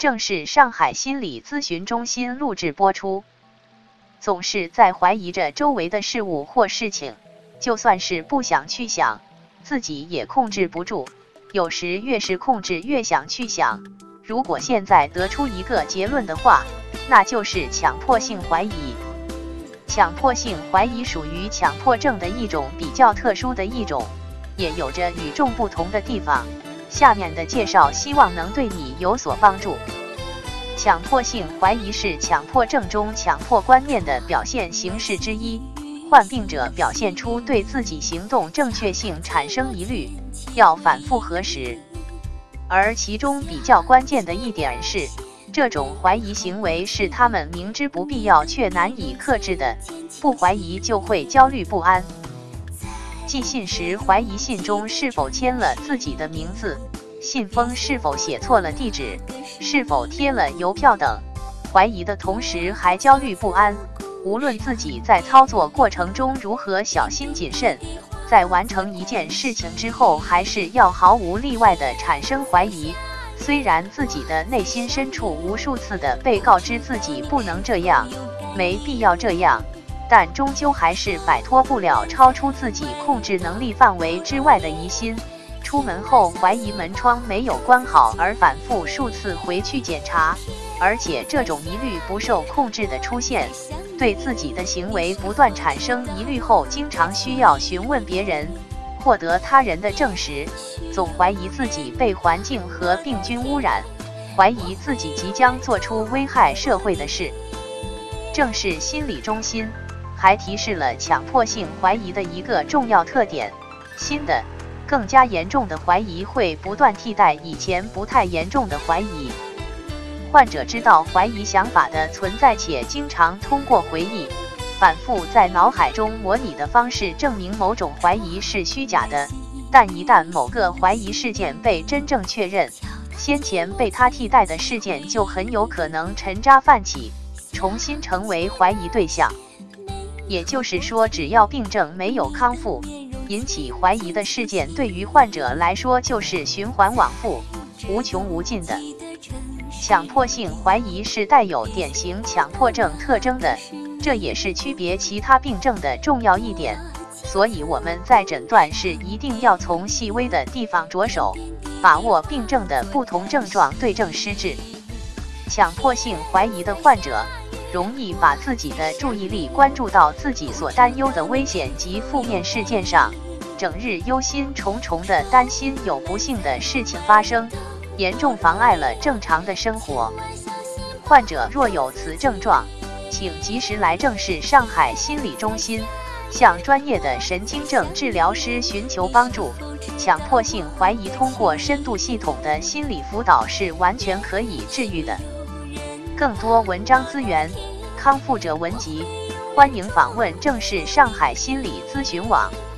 正是上海心理咨询中心录制播出。总是在怀疑着周围的事物或事情，就算是不想去想，自己也控制不住。有时越是控制，越想去想。如果现在得出一个结论的话，那就是强迫性怀疑。强迫性怀疑属于强迫症的一种比较特殊的一种，也有着与众不同的地方。下面的介绍希望能对你有所帮助。强迫性怀疑是强迫症中强迫观念的表现形式之一，患病者表现出对自己行动正确性产生疑虑，要反复核实。而其中比较关键的一点是，这种怀疑行为是他们明知不必要却难以克制的，不怀疑就会焦虑不安。寄信时怀疑信中是否签了自己的名字，信封是否写错了地址，是否贴了邮票等。怀疑的同时还焦虑不安，无论自己在操作过程中如何小心谨慎，在完成一件事情之后还是要毫无例外地产生怀疑。虽然自己的内心深处无数次地被告知自己不能这样，没必要这样，但终究还是摆脱不了超出自己控制能力范围之外的疑心。出门后怀疑门窗没有关好而反复数次回去检查，而且这种疑虑不受控制的出现，对自己的行为不断产生疑虑后，经常需要询问别人，获得他人的证实，总怀疑自己被环境和病菌污染，怀疑自己即将做出危害社会的事。正是心理中心还提示了强迫性怀疑的一个重要特点：新的更加严重的怀疑会不断替代以前不太严重的怀疑。患者知道怀疑想法的存在，且经常通过回忆反复在脑海中模拟的方式证明某种怀疑是虚假的，但一旦某个怀疑事件被真正确认，先前被他替代的事件就很有可能沉渣泛起，重新成为怀疑对象。也就是说，只要病症没有康复，引起怀疑的事件对于患者来说就是循环往复，无穷无尽的。强迫性怀疑是带有典型强迫症特征的，这也是区别其他病症的重要一点。所以我们在诊断时一定要从细微的地方着手，把握病症的不同症状，对症施治。强迫性怀疑的患者容易把自己的注意力关注到自己所担忧的危险及负面事件上，整日忧心忡忡地担心有不幸的事情发生，严重妨碍了正常的生活。患者若有此症状，请及时来正视上海心理中心，向专业的神经症治疗师寻求帮助。强迫性怀疑通过深度系统的心理辅导是完全可以治愈的。更多文章资源，康复者文集，欢迎访问正视上海心理咨询网。